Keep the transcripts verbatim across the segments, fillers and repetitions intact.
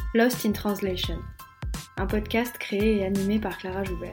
Lost in Translation, un podcast créé et animé par Clara Joubert.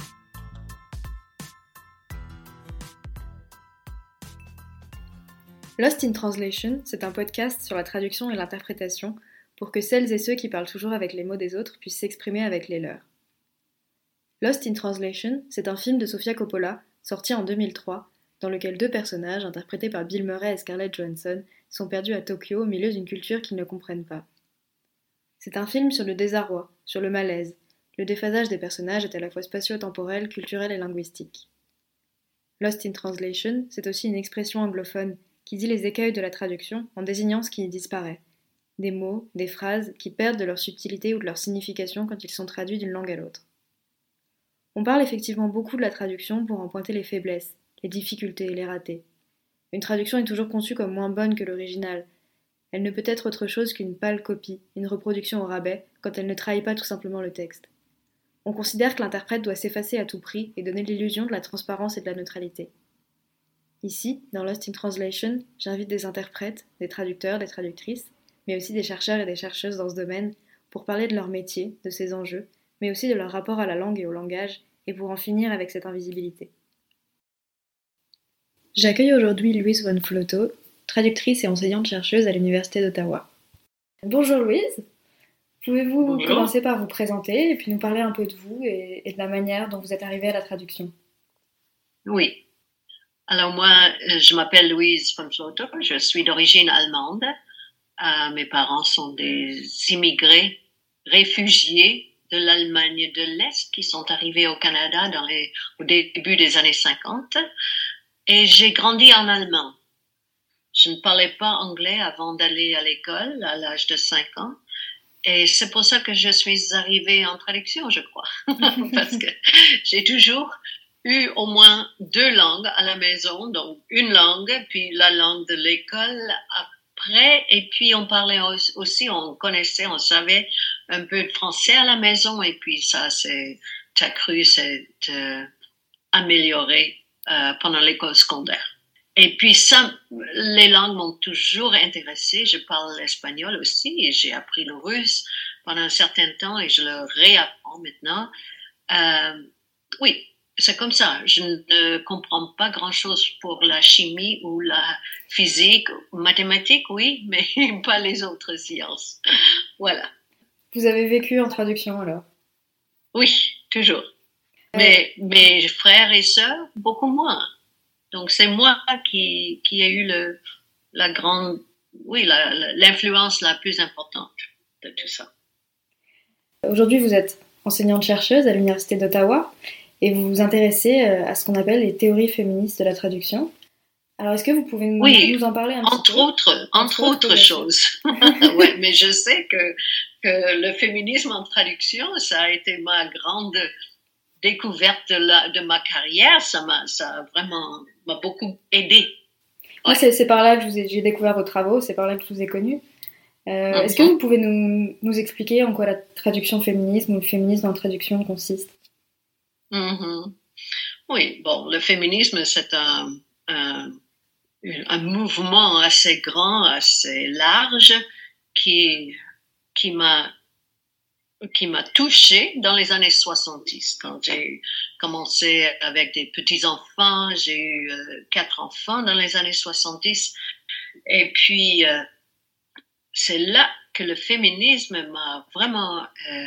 Lost in Translation, c'est un podcast sur la traduction et l'interprétation pour que celles et ceux qui parlent toujours avec les mots des autres puissent s'exprimer avec les leurs. Lost in Translation, c'est un film de Sofia Coppola, sorti en deux mille trois, dans lequel deux personnages, interprétés par Bill Murray et Scarlett Johansson, sont perdus à Tokyo au milieu d'une culture qu'ils ne comprennent pas. C'est un film sur le désarroi, sur le malaise. Le déphasage des personnages est à la fois spatio-temporel, culturel et linguistique. Lost in Translation, c'est aussi une expression anglophone qui dit les écueils de la traduction en désignant ce qui y disparaît. Des mots, des phrases qui perdent de leur subtilité ou de leur signification quand ils sont traduits d'une langue à l'autre. On parle effectivement beaucoup de la traduction pour en pointer les faiblesses, les difficultés et les ratés. Une traduction est toujours conçue comme moins bonne que l'original. Elle ne peut être autre chose qu'une pâle copie, une reproduction au rabais, quand elle ne trahit pas tout simplement le texte. On considère que l'interprète doit s'effacer à tout prix et donner l'illusion de la transparence et de la neutralité. Ici, dans Lost in Translation, j'invite des interprètes, des traducteurs, des traductrices, mais aussi des chercheurs et des chercheuses dans ce domaine, pour parler de leur métier, de ses enjeux, mais aussi de leur rapport à la langue et au langage, et pour en finir avec cette invisibilité. J'accueille aujourd'hui Louise von Flotow, traductrice et enseignante-chercheuse à l'Université d'Ottawa. Bonjour Louise, pouvez-vous Bonjour. commencer par vous présenter et puis nous parler un peu de vous et, et de la manière dont vous êtes arrivée à la traduction? Oui. Alors moi, je m'appelle Louise von Flotow, je suis d'origine allemande. Euh, mes parents sont des immigrés, réfugiés de l'Allemagne de l'Est qui sont arrivés au Canada dans les, au début des années cinquante. Et j'ai grandi en allemand. Je ne parlais pas anglais avant d'aller à l'école à l'âge de cinq ans. Et c'est pour ça que je suis arrivée en traduction, je crois. Parce que j'ai toujours eu au moins deux langues à la maison. Donc une langue, puis la langue de l'école après. Et puis on parlait aussi, on connaissait, on savait un peu de français à la maison. Et puis ça s'est accru, s'est euh, amélioré euh, pendant l'école secondaire. Et puis ça, les langues m'ont toujours intéressée. Je parle l'espagnol aussi et j'ai appris le russe pendant un certain temps et je le réapprends maintenant. Euh, oui, c'est comme ça. Je ne comprends pas grand-chose pour la chimie ou la physique, mathématiques, oui, mais pas les autres sciences. Voilà. Vous avez vécu en traduction alors? Oui, toujours. Mais mes frères et sœurs, beaucoup moins. Donc c'est moi qui qui ai eu le la grande oui la, la, l'influence la plus importante de tout ça. Aujourd'hui, vous êtes enseignante-chercheuse à l'Université d'Ottawa et vous vous intéressez à ce qu'on appelle les théories féministes de la traduction. Alors, est-ce que vous pouvez nous, oui, nous en parler un entre petit autres, peu entre autres, autres choses. Ouais, mais je sais que que le féminisme en traduction, ça a été ma grande découverte de, la, de ma carrière. Ça m'a ça a vraiment m'a beaucoup aidé. Moi, ouais. c'est, c'est par là que je vous ai, j'ai découvert vos travaux, c'est par là que je vous ai connue. Euh, mm-hmm. Est-ce que vous pouvez nous, nous expliquer en quoi la traduction féminisme ou le féminisme en traduction consiste? Mm-hmm. Oui, bon, le féminisme, c'est un, un, un mouvement assez grand, assez large, qui, qui m'a qui m'a touchée dans les années soixante-dix. Quand j'ai commencé avec des petits-enfants, j'ai eu euh, quatre enfants dans les années soixante-dix. Et puis, euh, c'est là que le féminisme m'a vraiment euh,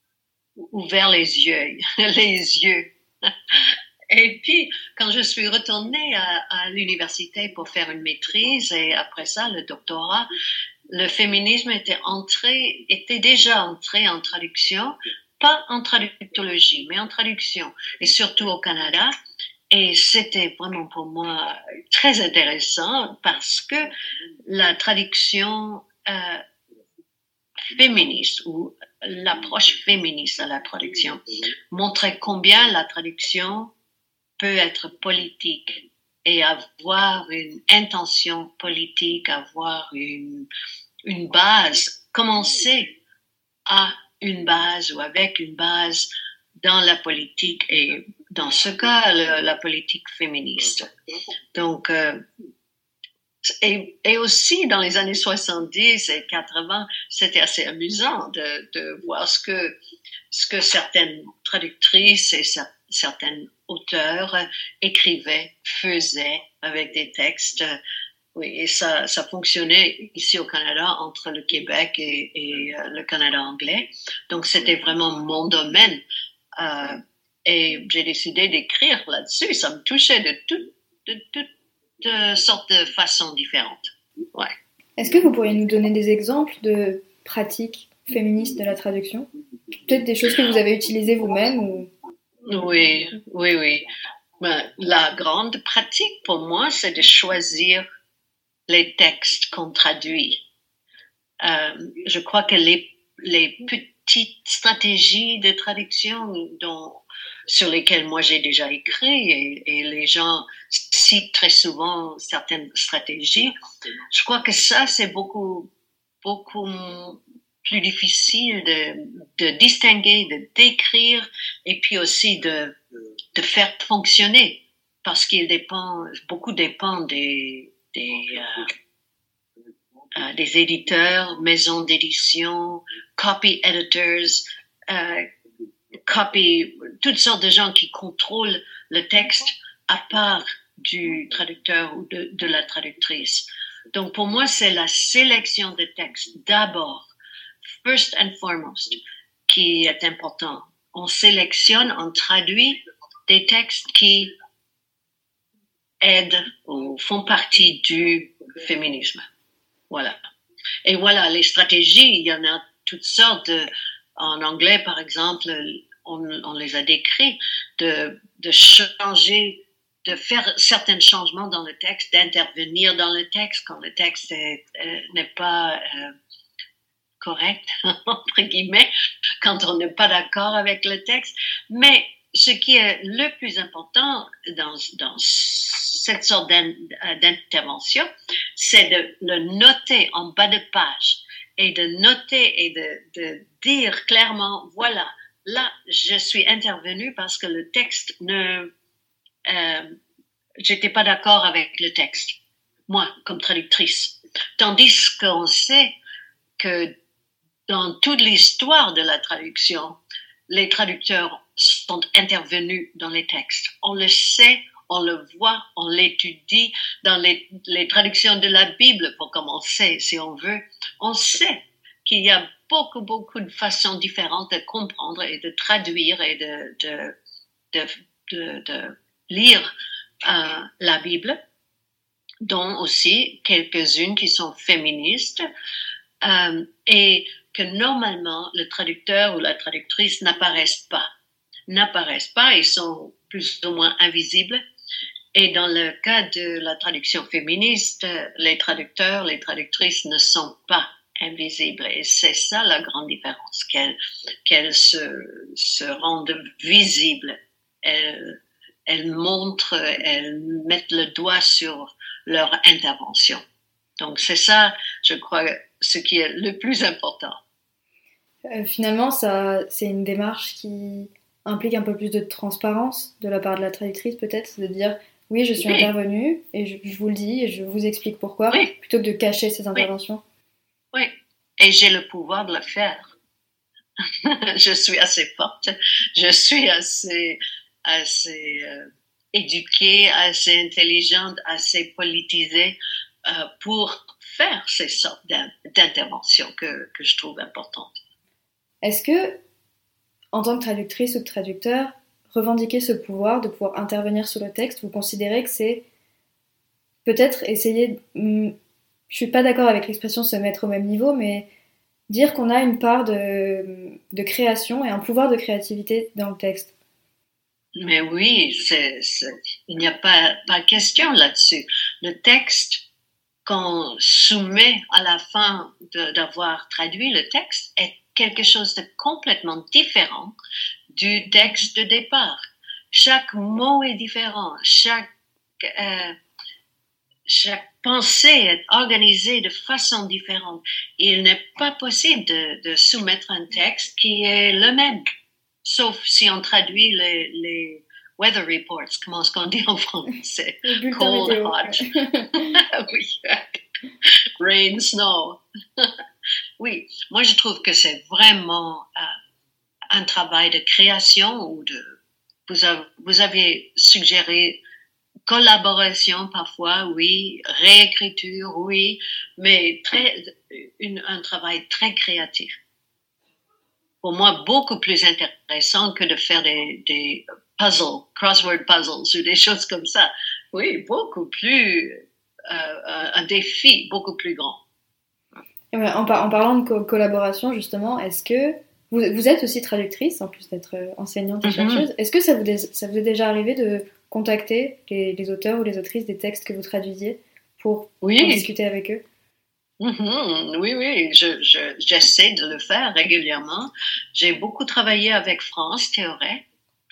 ouvert les yeux. les yeux. Et puis, quand je suis retournée à, à l'université pour faire une maîtrise et après ça, le doctorat, le féminisme était entré, était déjà entré en traduction, pas en traductologie, mais en traduction, et surtout au Canada. Et c'était vraiment pour moi très intéressant parce que la traduction euh, féministe ou l'approche féministe à la traduction montrait combien la traduction peut être politique et avoir une intention politique, avoir une, une base, commencer à une base ou avec une base dans la politique et dans ce cas, le, la politique féministe. Donc, euh, Et, et aussi, dans les années soixante-dix et quatre-vingts, c'était assez amusant de, de voir ce que, ce que certaines traductrices et cer- certains auteurs écrivaient, faisaient avec des textes. Oui, et ça, ça fonctionnait ici au Canada entre le Québec et, et euh, le Canada anglais. Donc, c'était vraiment mon domaine. Euh, et j'ai décidé d'écrire là-dessus. Ça me touchait de toutes de, toutes de sortes de façons différentes. Ouais. Est-ce que vous pourriez nous donner des exemples de pratiques féministes de la traduction? Peut-être des choses que vous avez utilisées vous-même ou... Oui, oui, oui. Ben, la grande pratique pour moi, c'est de choisir les textes qu'on traduit. Euh, je crois que les, les petites stratégies de traduction dont, sur lesquelles moi j'ai déjà écrit et, et les gens citent très souvent certaines stratégies, je crois que ça c'est beaucoup, beaucoup plus difficile de, de distinguer, de décrire et puis aussi de, de faire fonctionner parce qu'il dépend, beaucoup dépend des, des euh, Euh, des éditeurs, maisons d'édition, copy editors, euh, copy, toutes sortes de gens qui contrôlent le texte à part du traducteur ou de, de la traductrice. Donc pour moi, c'est la sélection de textes d'abord, first and foremost, qui est important. On sélectionne, on traduit des textes qui aident ou font partie du féminisme. Voilà. Et voilà, les stratégies, il y en a toutes sortes. De, en anglais, par exemple, on, on les a décrits, de, de changer, de faire certains changements dans le texte, d'intervenir dans le texte quand le texte est, euh, n'est pas euh, correct, entre guillemets, quand on n'est pas d'accord avec le texte. Mais ce qui est le plus important dans, dans cette sorte d'intervention, c'est de le noter en bas de page et de noter et de, de dire clairement, voilà, là, je suis intervenue parce que le texte ne... Euh, j'étais pas d'accord avec le texte, moi, comme traductrice. Tandis qu'on sait que dans toute l'histoire de la traduction, les traducteurs sont intervenus dans les textes. On le sait, on le voit, on l'étudie dans les, les traductions de la Bible, pour commencer, si on veut. On sait qu'il y a beaucoup, beaucoup de façons différentes de comprendre et de traduire et de, de, de, de, de lire euh, la Bible, dont aussi quelques-unes qui sont féministes. Euh, et que normalement, le traducteur ou la traductrice n'apparaissent pas. N'apparaissent pas, ils sont plus ou moins invisibles. Et dans le cas de la traduction féministe, les traducteurs, les traductrices ne sont pas invisibles. Et c'est ça la grande différence, qu'elles, qu'elles se, se rendent visibles. Elles, elles montrent, elles mettent le doigt sur leur intervention. Donc c'est ça, je crois, ce qui est le plus important. Euh, finalement, ça, c'est une démarche qui implique un peu plus de transparence de la part de la traductrice, peut-être, de dire oui, je suis oui. intervenue et je, je vous le dis et je vous explique pourquoi, oui. plutôt que de cacher ces interventions. Oui, oui. Et j'ai le pouvoir de le faire. Je suis assez forte, je suis assez, assez euh, éduquée, assez intelligente, assez politisée euh, pour faire ces sortes d'interventions que, que je trouve importantes. Est-ce que, en tant que traductrice ou traducteur, revendiquer ce pouvoir de pouvoir intervenir sur le texte, vous considérez que c'est peut-être essayer, je suis pas d'accord avec l'expression se mettre au même niveau, mais dire qu'on a une part de, de création et un pouvoir de créativité dans le texte? Mais oui, c'est, c'est, il n'y a pas, pas de question là-dessus. Le texte qu'on soumet à la fin de, d'avoir traduit le texte est quelque chose de complètement différent du texte de départ. Chaque mot est différent, chaque, euh, chaque pensée est organisée de façon différente. Il n'est pas possible de, de soumettre un texte qui est le même, sauf si on traduit les, les weather reports, comment est-ce qu'on dit en français? Cold, météo, hot. Oui. Rain, snow. Oui, moi je trouve que c'est vraiment euh, un travail de création ou de. Vous avez, vous avez suggéré collaboration parfois, oui, réécriture, oui, mais très, une, un travail très créatif. Pour moi, beaucoup plus intéressant que de faire des, des puzzles, crossword puzzles ou des choses comme ça. Oui, beaucoup plus, euh, un défi beaucoup plus grand. Et ouais, en, par- en parlant de co- collaboration, justement, est-ce que vous, vous êtes aussi traductrice, en plus d'être enseignante et chercheuse, mm-hmm. Est-ce que ça vous, dé- ça vous est déjà arrivé de contacter les, les auteurs ou les autrices des textes que vous traduisiez pour, oui. pour discuter avec eux? Mm-hmm. Oui, oui, je, je, j'essaie de le faire régulièrement. J'ai beaucoup travaillé avec France Théoret,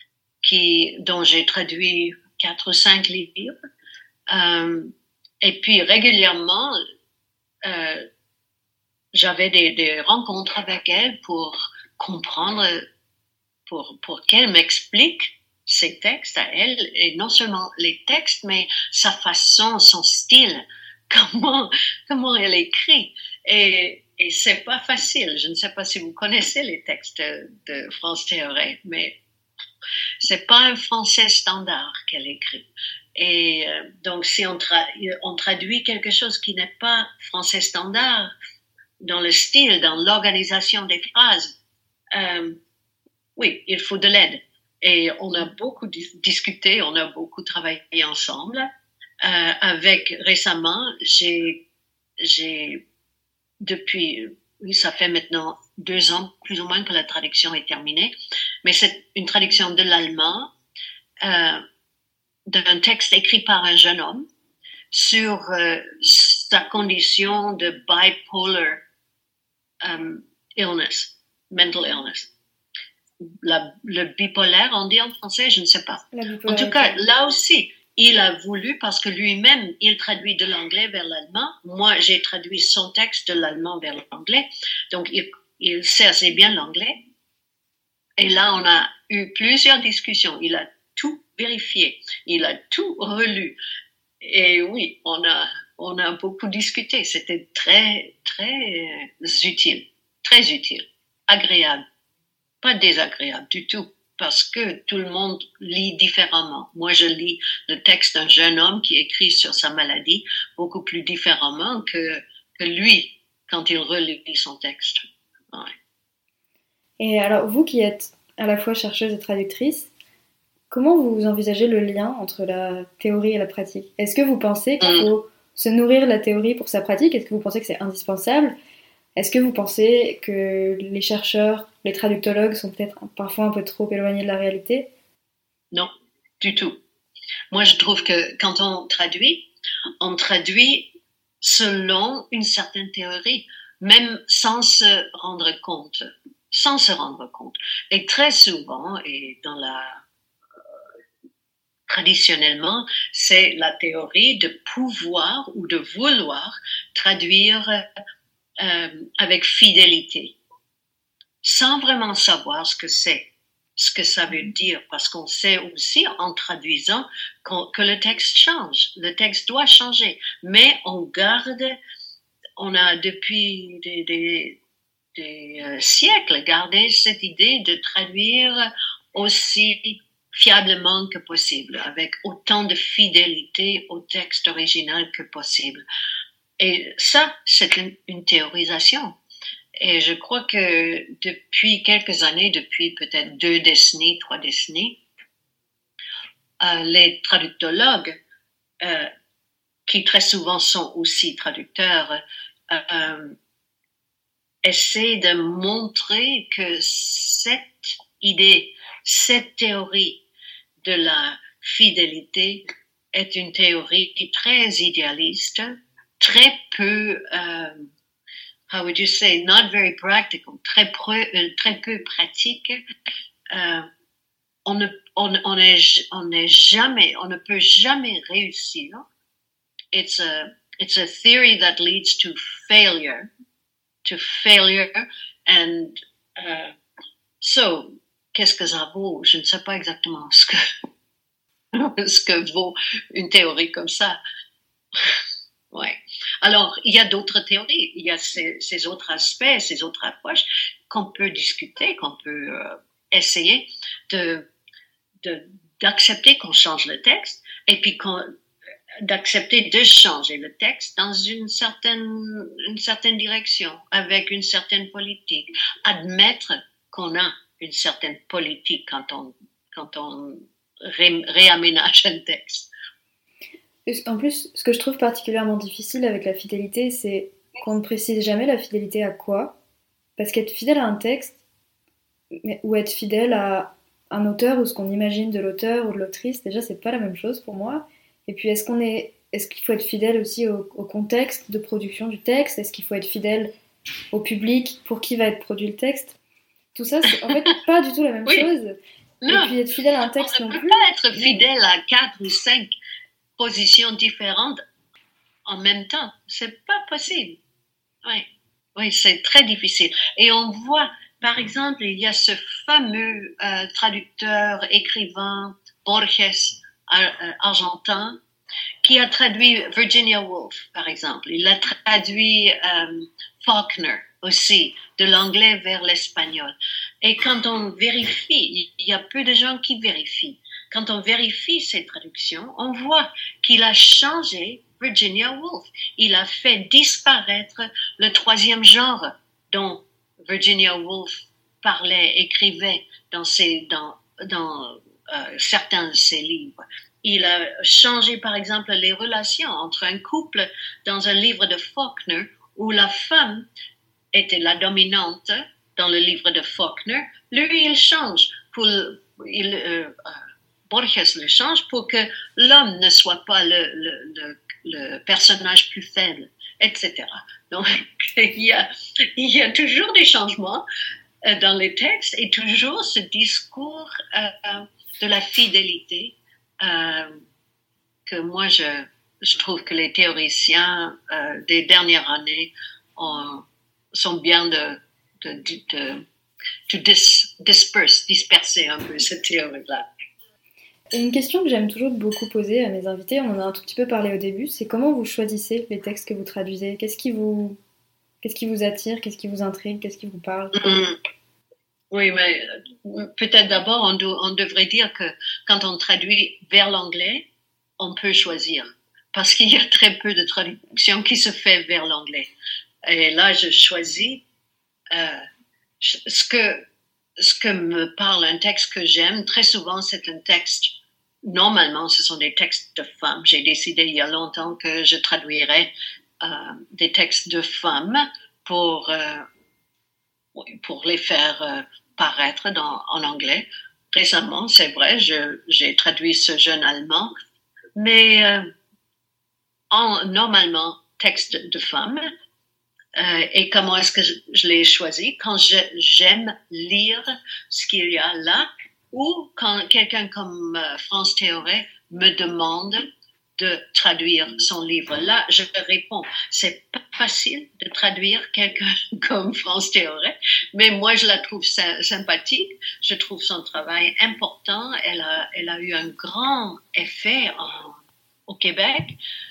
qui, dont j'ai traduit quatre ou cinq livres. Euh, et puis régulièrement, euh, j'avais des, des rencontres avec elle pour comprendre, pour, pour qu'elle m'explique ses textes à elle, et non seulement les textes, mais sa façon, son style, comment, comment elle écrit. Et, et c'est pas facile. Je ne sais pas si vous connaissez les textes de, de France Théoret, mais c'est pas un français standard qu'elle écrit. Et euh, donc, si on, tra- on traduit quelque chose qui n'est pas français standard, dans le style, dans l'organisation des phrases, euh, oui, il faut de l'aide. Et on a beaucoup dis- discuté, on a beaucoup travaillé ensemble. Euh, avec récemment, j'ai, j'ai depuis, oui, ça fait maintenant deux ans plus ou moins que la traduction est terminée, mais c'est une traduction de l'allemand euh, d'un texte écrit par un jeune homme sur euh, sa condition de bipolar um, illness, mental illness. La, le bipolaire, on dit en français, je ne sais pas. En tout cas, là aussi, il a voulu, parce que lui-même, il traduit de l'anglais vers l'allemand. Moi, j'ai traduit son texte de l'allemand vers l'anglais. Donc, il, il sait assez bien l'anglais. Et là, on a eu plusieurs discussions. Il a tout vérifié. Il a tout relu. Et oui, on a, on a beaucoup discuté. C'était très, très utile. Très utile. Agréable. Pas désagréable du tout, parce que tout le monde lit différemment. Moi, je lis le texte d'un jeune homme qui écrit sur sa maladie beaucoup plus différemment que, que lui quand il relit son texte. Ouais. Et alors, vous qui êtes à la fois chercheuse et traductrice, comment vous envisagez le lien entre la théorie et la pratique? Est-ce que vous pensez qu'il faut mmh. se nourrir de la théorie pour sa pratique? Est-ce que vous pensez que c'est indispensable? Est-ce que vous pensez que les chercheurs, les traductologues sont peut-être parfois un peu trop éloignés de la réalité? Non, du tout. Moi, je trouve que quand on traduit, on traduit selon une certaine théorie, même sans se rendre compte, sans se rendre compte. Et très souvent, et dans la euh, traditionnellement, c'est la théorie de pouvoir ou de vouloir traduire Euh, avec fidélité, sans vraiment savoir ce que c'est, ce que ça veut dire, parce qu'on sait aussi en traduisant que le texte change, le texte doit changer, mais on garde, on a depuis des, des, des euh, siècles gardé cette idée de traduire aussi fiablement que possible, avec autant de fidélité au texte original que possible. Et ça, c'est une, une théorisation. Et je crois que depuis quelques années, depuis peut-être deux décennies, trois décennies, euh, les traductologues, euh, qui très souvent sont aussi traducteurs, euh, essaient de montrer que cette idée, cette théorie de la fidélité est une théorie très idéaliste, très peu, uh, how would you say, not very practical, très, peu, euh, très peu pratique. Euh, on ne, on, on est, on n'est jamais, on ne peut jamais réussir. It's a, it's a theory that leads to failure, to failure, and uh, so, qu'est-ce que ça vaut? Je ne sais pas exactement ce que ce que vaut une théorie comme ça. Ouais. Alors, il y a d'autres théories, il y a ces, ces autres aspects, ces autres approches qu'on peut discuter, qu'on peut euh, essayer de, de, d'accepter qu'on change le texte et puis qu'on, d'accepter de changer le texte dans une certaine, une certaine direction, avec une certaine politique. Admettre qu'on a une certaine politique quand on, quand on ré, réaménage un texte. En plus, ce que je trouve particulièrement difficile avec la fidélité, c'est qu'on ne précise jamais la fidélité à quoi. Parce qu'être fidèle à un texte, ou être fidèle à un auteur, ou ce qu'on imagine de l'auteur ou de l'autrice, déjà, c'est pas la même chose pour moi. Et puis, est-ce qu'on est, est-ce qu'il faut être fidèle aussi au, au contexte de production du texte? Est-ce qu'il faut être fidèle au public pour qui va être produit le texte? Tout ça, c'est en fait pas du tout la même oui. chose. Non. Et puis, être fidèle à un texte on non plus. plus. On ne peut pas être fidèle à quatre ou cinq positions différentes en même temps. C'est pas possible. Oui, oui, c'est très difficile. Et on voit, par exemple, il y a ce fameux euh, traducteur, écrivain, Borges, euh, argentin, qui a traduit Virginia Woolf, par exemple. Il a traduit euh, Faulkner aussi, de l'anglais vers l'espagnol. Et quand on vérifie, il y a peu de gens qui vérifient. Quand on vérifie ces traductions, on voit qu'il a changé Virginia Woolf. Il a fait disparaître le troisième genre dont Virginia Woolf parlait, écrivait dans, ses, dans, dans euh, certains de ses livres. Il a changé, par exemple, les relations entre un couple dans un livre de Faulkner où la femme était la dominante dans le livre de Faulkner. Lui, il change pour... Il, euh, Borges le change pour que l'homme ne soit pas le, le, le, le personnage plus faible, et cetera. Donc, il y a, il y a toujours des changements euh, dans les textes et toujours ce discours euh, de la fidélité euh, que moi, je, je trouve que les théoriciens euh, des dernières années ont, sont bien de, de, de, de, de dis, disperse, disperser un peu cette théorie-là. Et une question que j'aime toujours beaucoup poser à mes invités, on en a un tout petit peu parlé au début, c'est comment vous choisissez les textes que vous traduisez? Qu'est-ce qui vous, qu'est-ce qui vous attire? Qu'est-ce qui vous intrigue? Qu'est-ce qui vous parle? Mmh. Oui, mais peut-être d'abord, on, do, on devrait dire que quand on traduit vers l'anglais, on peut choisir. Parce qu'il y a très peu de traduction qui se fait vers l'anglais. Et là, je choisis euh, ce que... Ce que me parle un texte que j'aime, très souvent, c'est un texte, normalement, ce sont des textes de femmes. J'ai décidé il y a longtemps que je traduirais euh, des textes de femmes pour, euh, pour les faire euh, paraître dans, en anglais. Récemment, c'est vrai, je, j'ai traduit ce jeune Allemand, mais euh, en, normalement, texte de femmes. Euh, et comment est-ce que je, je l'ai choisi? Quand je, j'aime lire ce qu'il y a là, ou quand quelqu'un comme euh, France Théoret me demande de traduire son livre. Là, je réponds, c'est pas facile de traduire quelqu'un comme France Théoret, mais moi, je la trouve sy- sympathique, je trouve son travail important, elle a, elle a eu un grand effet en, au Québec.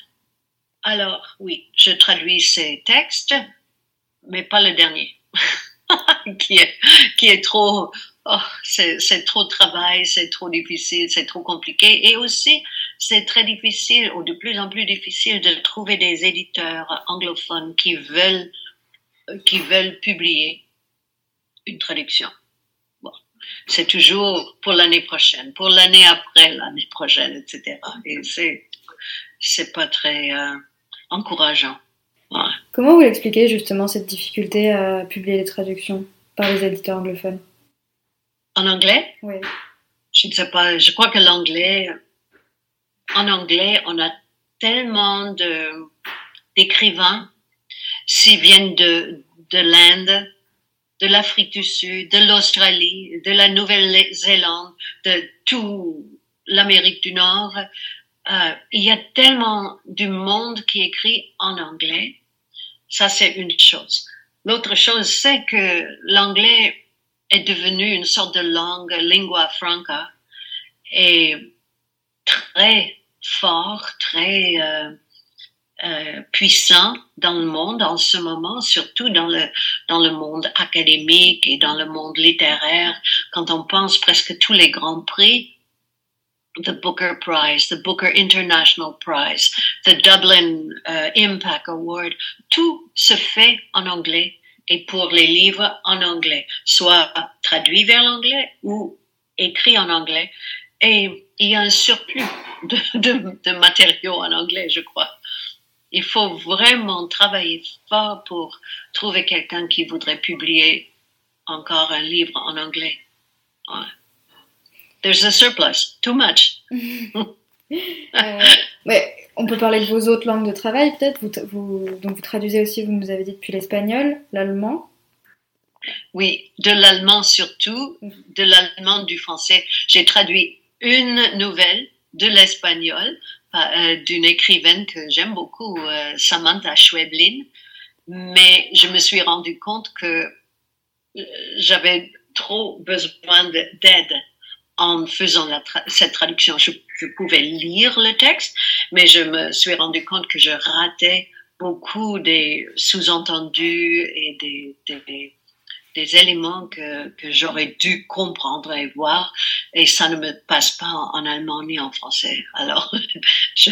Alors, oui, je traduis ces textes, mais pas le dernier, qui est, qui est trop, oh, c'est, c'est trop de travail, c'est trop difficile, c'est trop compliqué. Et aussi, c'est très difficile, ou de plus en plus difficile, de trouver des éditeurs anglophones qui veulent, qui veulent publier une traduction. Bon. C'est toujours pour l'année prochaine, pour l'année après l'année prochaine, et cetera. Et c'est, c'est pas très, euh, encourageant. Ouais. Comment vous l'expliquez justement cette difficulté à publier les traductions par les éditeurs anglophones? En anglais? Oui. Je ne sais pas, je crois que l'anglais, en anglais, on a tellement de, d'écrivains s'ils viennent de, de l'Inde, de l'Afrique du Sud, de l'Australie, de la Nouvelle-Zélande, de toute l'Amérique du Nord. Euh, il y a tellement du monde qui écrit en anglais. Ça, c'est une chose. L'autre chose, c'est que l'anglais est devenu une sorte de langue, lingua franca. Et très fort, très euh, euh, puissant dans le monde en ce moment, surtout dans le, dans le monde académique et dans le monde littéraire, quand on pense presque tous les grands prix, the Booker Prize, the Booker International Prize, the Dublin uh, Impact Award, tout se fait en anglais et pour les livres en anglais, soit traduit vers l'anglais ou écrit en anglais. Et il y a un surplus de, de, de matériaux en anglais, je crois. Il faut vraiment travailler fort pour trouver quelqu'un qui voudrait publier encore un livre en anglais. Ouais. There's a surplus, too much. euh, ouais, on peut parler de vos autres langues de travail, peut-être. Vous, vous, donc vous traduisez aussi, vous nous avez dit, depuis l'espagnol, l'allemand. Oui, de l'allemand surtout, de l'allemand, du français. J'ai traduit une nouvelle de l'espagnol euh, d'une écrivaine que j'aime beaucoup, euh, Samantha Schweblin, mais je me suis rendu compte que euh, j'avais trop besoin de, d'aide en faisant la tra- cette traduction. Je, je pouvais lire le texte, mais je me suis rendu compte que je ratais beaucoup des sous-entendus et des, des, des éléments que, que j'aurais dû comprendre et voir, et ça ne me passe pas en, en allemand ni en français. Alors, je,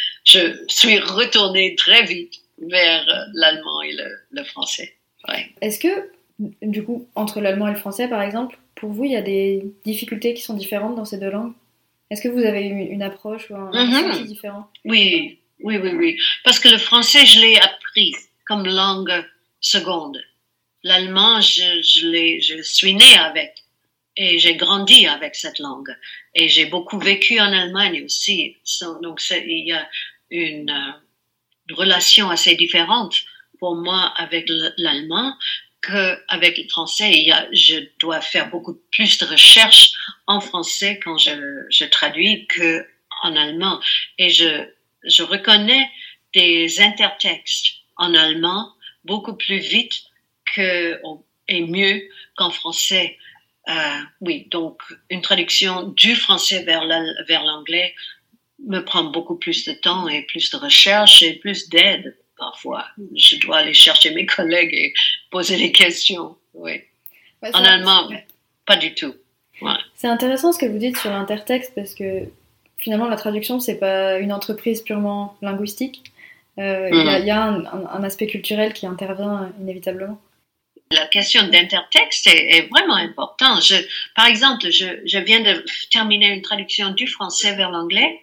je suis retournée très vite vers l'allemand et le, le français. Ouais. Est-ce que, du coup, entre l'allemand et le français, par exemple, pour vous, il y a des difficultés qui sont différentes dans ces deux langues? Est-ce que vous avez une, une approche ou un Mm-hmm. ressenti différent? Oui, oui, oui, oui. Parce que le français, je l'ai appris comme langue seconde. L'allemand, je, je, l'ai, je suis née avec et j'ai grandi avec cette langue. Et j'ai beaucoup vécu en Allemagne aussi. Donc, c'est, il y a une, une relation assez différente pour moi avec l'allemand qu'avec le français. Il y a, je dois faire beaucoup plus de recherches en français quand je, je traduis qu'en allemand. Et je, je reconnais des intertextes en allemand beaucoup plus vite que, et mieux qu'en français. Euh, oui, donc une traduction du français vers, la, vers l'anglais me prend beaucoup plus de temps et plus de recherche et plus d'aide parfois. Je dois aller chercher mes collègues et poser des questions. Oui. Ouais, en allemand, ouais. Pas du tout. Ouais. C'est intéressant ce que vous dites sur l'intertexte parce que finalement la traduction c'est pas une entreprise purement linguistique. Il euh, mm-hmm. y, y a un, un, un aspect culturel qui intervient inévitablement. La question d'intertexte est, est vraiment importante. Je, par exemple, je, je viens de terminer une traduction du français vers l'anglais,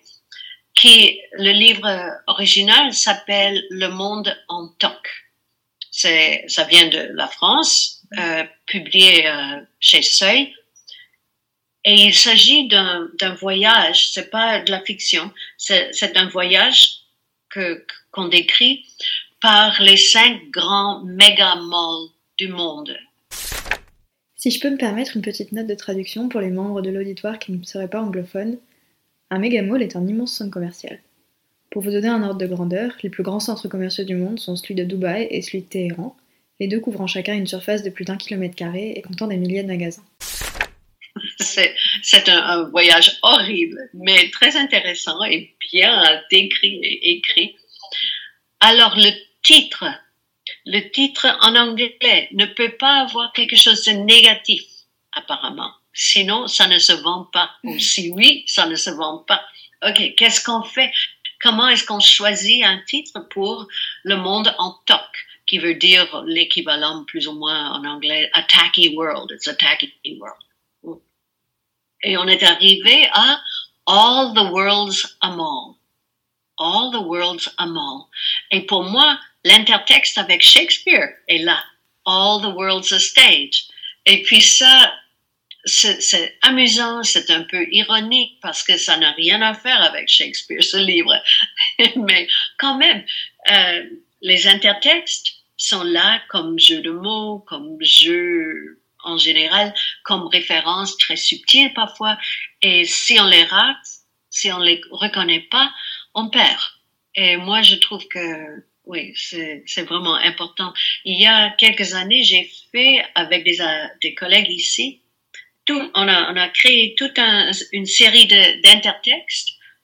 qui, le livre original s'appelle Le Monde en toc. C'est, ça vient de la France, euh, publié euh, chez Seuil. Et il s'agit d'un, d'un voyage, c'est pas de la fiction, c'est, c'est un voyage que, qu'on décrit par les cinq grands méga malls du monde. Si je peux me permettre une petite note de traduction pour les membres de l'auditoire qui ne seraient pas anglophones, un méga mall est un immense centre commercial. Pour vous donner un ordre de grandeur, les plus grands centres commerciaux du monde sont celui de Dubaï et celui de Téhéran, les deux couvrant chacun une surface de plus d'un kilomètre carré et comptant des milliers de magasins. C'est, c'est un, un voyage horrible, mais très intéressant et bien décrit et écrit. Alors le titre, le titre en anglais ne peut pas avoir quelque chose de négatif, apparemment. Sinon, ça ne se vend pas. Ou si oui, ça ne se vend pas. OK, qu'est-ce qu'on fait? Comment est-ce qu'on choisit un titre pour Le Monde en toc, qui veut dire l'équivalent plus ou moins en anglais, a tacky world, it's a tacky world. Et on est arrivé à All the World's a Mall. All the World's a Mall. Et pour moi, l'intertexte avec Shakespeare est là. All the World's a Stage. Et puis ça, c'est, c'est amusant, c'est un peu ironique parce que ça n'a rien à faire avec Shakespeare, ce livre. Mais quand même, euh, les intertextes sont là comme jeu de mots, comme jeu en général, comme référence très subtile parfois. Et si on les rate, si on les reconnaît pas, on perd. Et moi, je trouve que oui, c'est, c'est vraiment important. Il y a quelques années, j'ai fait avec des, des collègues ici, tout, on a, on a créé toute un, une série de, d'intertextes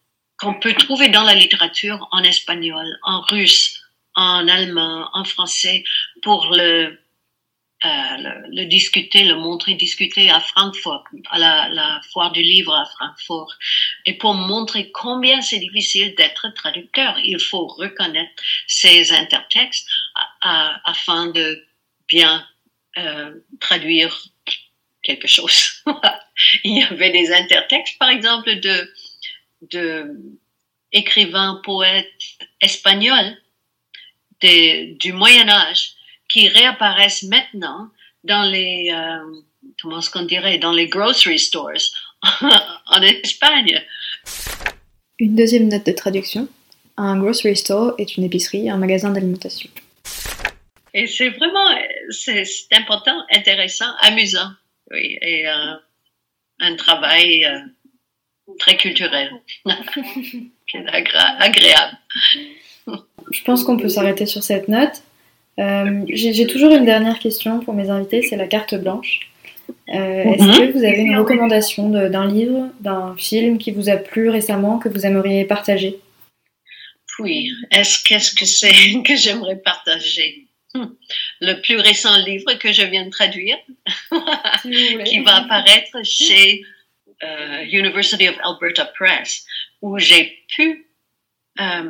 qu'on peut trouver dans la littérature en espagnol, en russe, en allemand, en français, pour le, euh, le, le discuter, le montrer, discuter à Francfort, à la, la foire du livre à Francfort, et pour montrer combien c'est difficile d'être traducteur. Il faut reconnaître ces intertextes à, à, afin de bien euh, traduire quelque chose. Il y avait des intertextes, par exemple, de, de écrivains, poètes espagnols de, du Moyen-Âge qui réapparaissent maintenant dans les, euh, comment est-ce qu'on dirait, dans les grocery stores en Espagne. Une deuxième note de traduction. Un grocery store est une épicerie, un magasin d'alimentation. Et c'est vraiment, c'est, c'est important, intéressant, amusant. Oui, et euh, un travail euh, très culturel, Agré- agréable. Je pense qu'on peut s'arrêter sur cette note. Euh, j'ai, j'ai toujours une dernière question pour mes invités, c'est la carte blanche. Euh, est-ce que vous avez une recommandation de, d'un livre, d'un film qui vous a plu récemment, que vous aimeriez partager? Oui, est-ce qu'est-ce que c'est que j'aimerais partager? Le plus récent livre que je viens de traduire, si qui va apparaître chez euh, University of Alberta Press, où j'ai pu euh,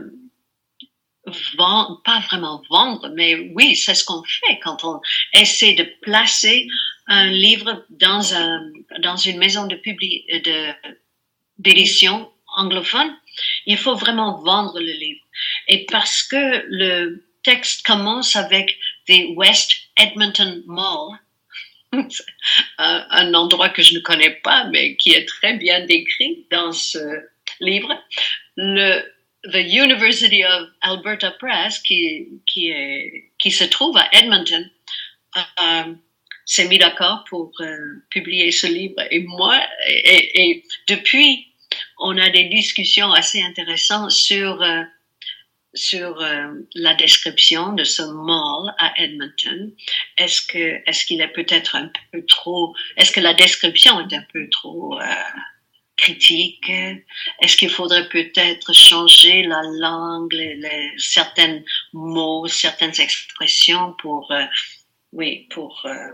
vendre, pas vraiment vendre, mais oui, c'est ce qu'on fait quand on essaie de placer un livre dans un dans une maison de publi, de d'édition anglophone. Il faut vraiment vendre le livre, et parce que le texte commence avec The West Edmonton Mall, un, un endroit que je ne connais pas, mais qui est très bien décrit dans ce livre. Le The University of Alberta Press, qui, qui, est, qui se trouve à Edmonton, euh, s'est mis d'accord pour euh, publier ce livre. Et moi, et, et depuis, on a des discussions assez intéressantes sur euh, sur euh, la description de ce mall à Edmonton. Est-ce que est-ce qu'il est peut-être un peu trop, est-ce que la description est un peu trop euh, critique? Est-ce qu'il faudrait peut-être changer la langue, les, les, certains mots, certaines expressions pour euh, oui, pour euh,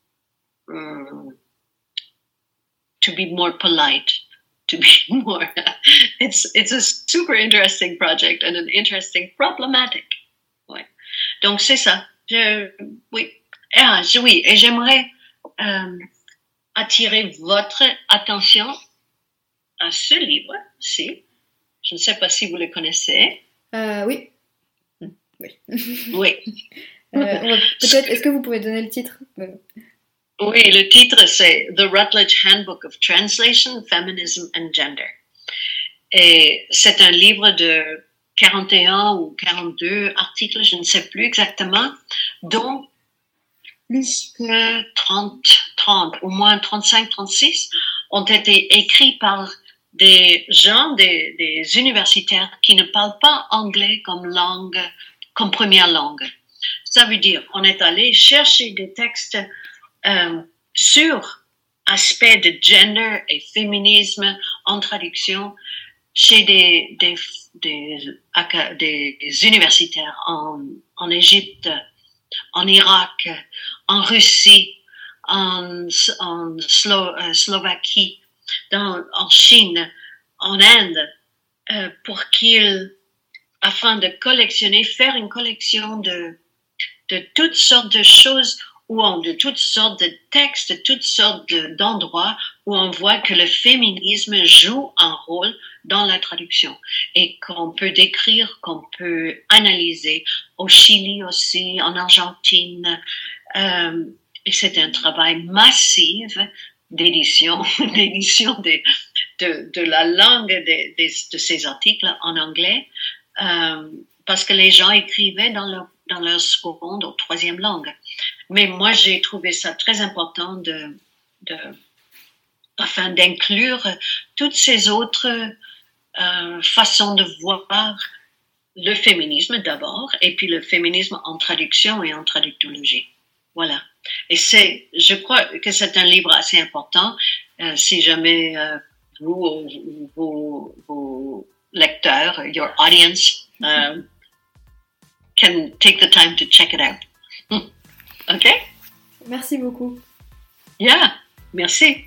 um, to be more polite, to be more. It's it's a super interesting project and an interesting problematic. Ouais. Donc c'est ça. Je, oui. Ah, je, oui. Et j'aimerais euh, attirer votre attention à ce livre-ci. Je ne sais pas si vous le connaissez. Euh, oui. Oui. Oui. euh, va, peut-être. Est-ce que vous pouvez donner le titre? Oui, le titre c'est The Routledge Handbook of Translation, Feminism and Gender. Et c'est un livre de quarante et un ou quarante-deux articles, je ne sais plus exactement, dont plus que trente, trente, au moins trente-cinq, trente-six ont été écrits par des gens, des, des universitaires qui ne parlent pas anglais comme langue, comme première langue. Ça veut dire, on est allé chercher des textes euh, sur aspects de gender et féminisme en traduction chez des, des, des, des, des universitaires en, en Égypte, en Irak, en Russie, en, en Slo, euh, Slovaquie, dans, en Chine, en Inde, euh, pour qu'ils, afin de collectionner, faire une collection de, de toutes sortes de choses, où on, de toutes sortes de textes, de toutes sortes de, d'endroits où on voit que le féminisme joue un rôle dans la traduction et qu'on peut décrire, qu'on peut analyser au Chili aussi, en Argentine. Euh, et c'est un travail massif d'édition, d'édition de, de, de la langue de, de, de ces articles en anglais, euh, parce que les gens écrivaient dans leur, dans leur seconde ou troisième langue. Mais moi, j'ai trouvé ça très important de, de, afin d'inclure toutes ces autres euh, façons de voir le féminisme d'abord, et puis le féminisme en traduction et en traductologie. Voilà. Et c'est, je crois que c'est un livre assez important. Euh, si jamais euh, vous, vos, vos lecteurs, your audience, uh, can take the time to check it out. OK? Merci beaucoup. Yeah, merci.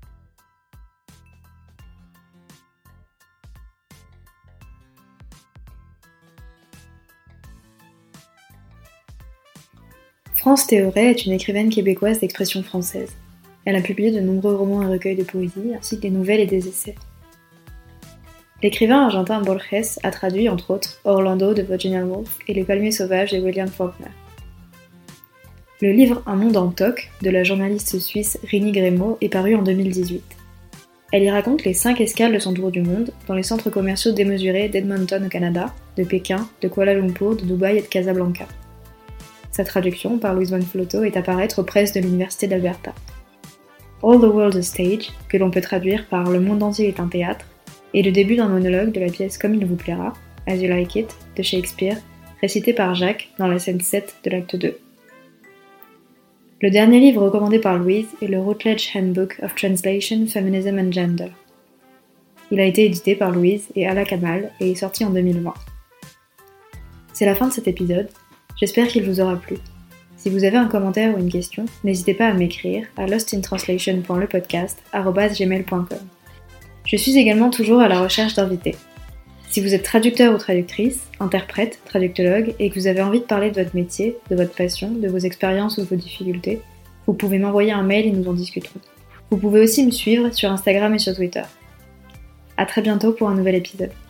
France Théoret est une écrivaine québécoise d'expression française. Elle a publié de nombreux romans et recueils de poésie, ainsi que des nouvelles et des essais. L'écrivain argentin Borges a traduit, entre autres, Orlando de Virginia Woolf et Les Palmiers sauvages de William Faulkner. Le livre Un monde en toc de la journaliste suisse Rini Grémaud est paru en deux mille dix-huit. Elle y raconte les cinq escales de son tour du monde dans les centres commerciaux démesurés d'Edmonton au Canada, de Pékin, de Kuala Lumpur, de Dubaï et de Casablanca. Sa traduction, par Louise Van Floto, est à paraître aux presses de l'Université d'Alberta. All the World a Stage, que l'on peut traduire par Le monde entier est un théâtre, est le début d'un monologue de la pièce Comme il vous plaira, As You Like It, de Shakespeare, récité par Jacques dans la scène sept de l'acte deux. Le dernier livre recommandé par Louise est le Routledge Handbook of Translation, Feminism and Gender. Il a été édité par Louise et Ala Kamal et est sorti en deux mille vingt. C'est la fin de cet épisode. J'espère qu'il vous aura plu. Si vous avez un commentaire ou une question, n'hésitez pas à m'écrire à lostintranslation point le podcast arobase gmail point com. Je suis également toujours à la recherche d'invités. Si vous êtes traducteur ou traductrice, interprète, traductologue et que vous avez envie de parler de votre métier, de votre passion, de vos expériences ou de vos difficultés, vous pouvez m'envoyer un mail et nous en discuterons. Vous pouvez aussi me suivre sur Instagram et sur Twitter. À très bientôt pour un nouvel épisode.